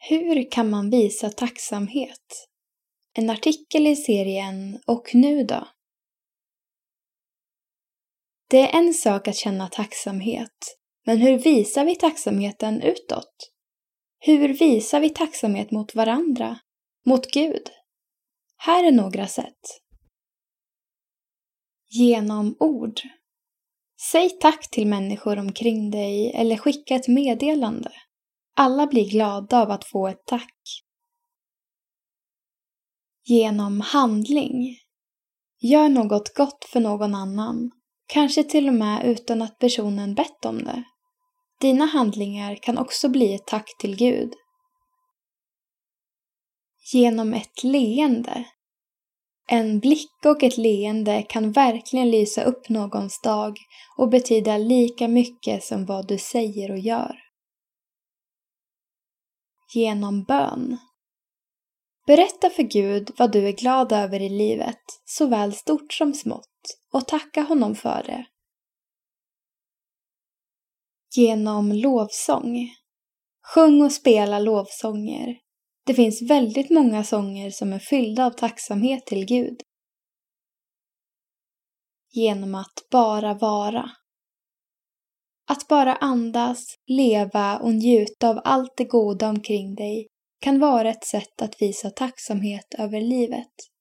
Hur kan man visa tacksamhet? En artikel i serien Och nu då? Det är en sak att känna tacksamhet, men hur visar vi tacksamheten utåt? Hur visar vi tacksamhet mot varandra, mot Gud? Här är några sätt. Genom ord. Säg tack till människor omkring dig eller skicka ett meddelande. Alla blir glada av att få ett tack. Genom handling. Gör något gott för någon annan, kanske till och med utan att personen bett om det. Dina handlingar kan också bli ett tack till Gud. Genom ett leende. En blick och ett leende kan verkligen lysa upp någons dag och betyda lika mycket som vad du säger och gör. Genom bön. Berätta för Gud vad du är glad över i livet, såväl stort som smått, och tacka honom för det. Genom lovsång. Sjung och spela lovsånger. Det finns väldigt många sånger som är fyllda av tacksamhet till Gud. Genom att bara vara. Att bara andas, leva och njuta av allt det goda omkring dig kan vara ett sätt att visa tacksamhet över livet.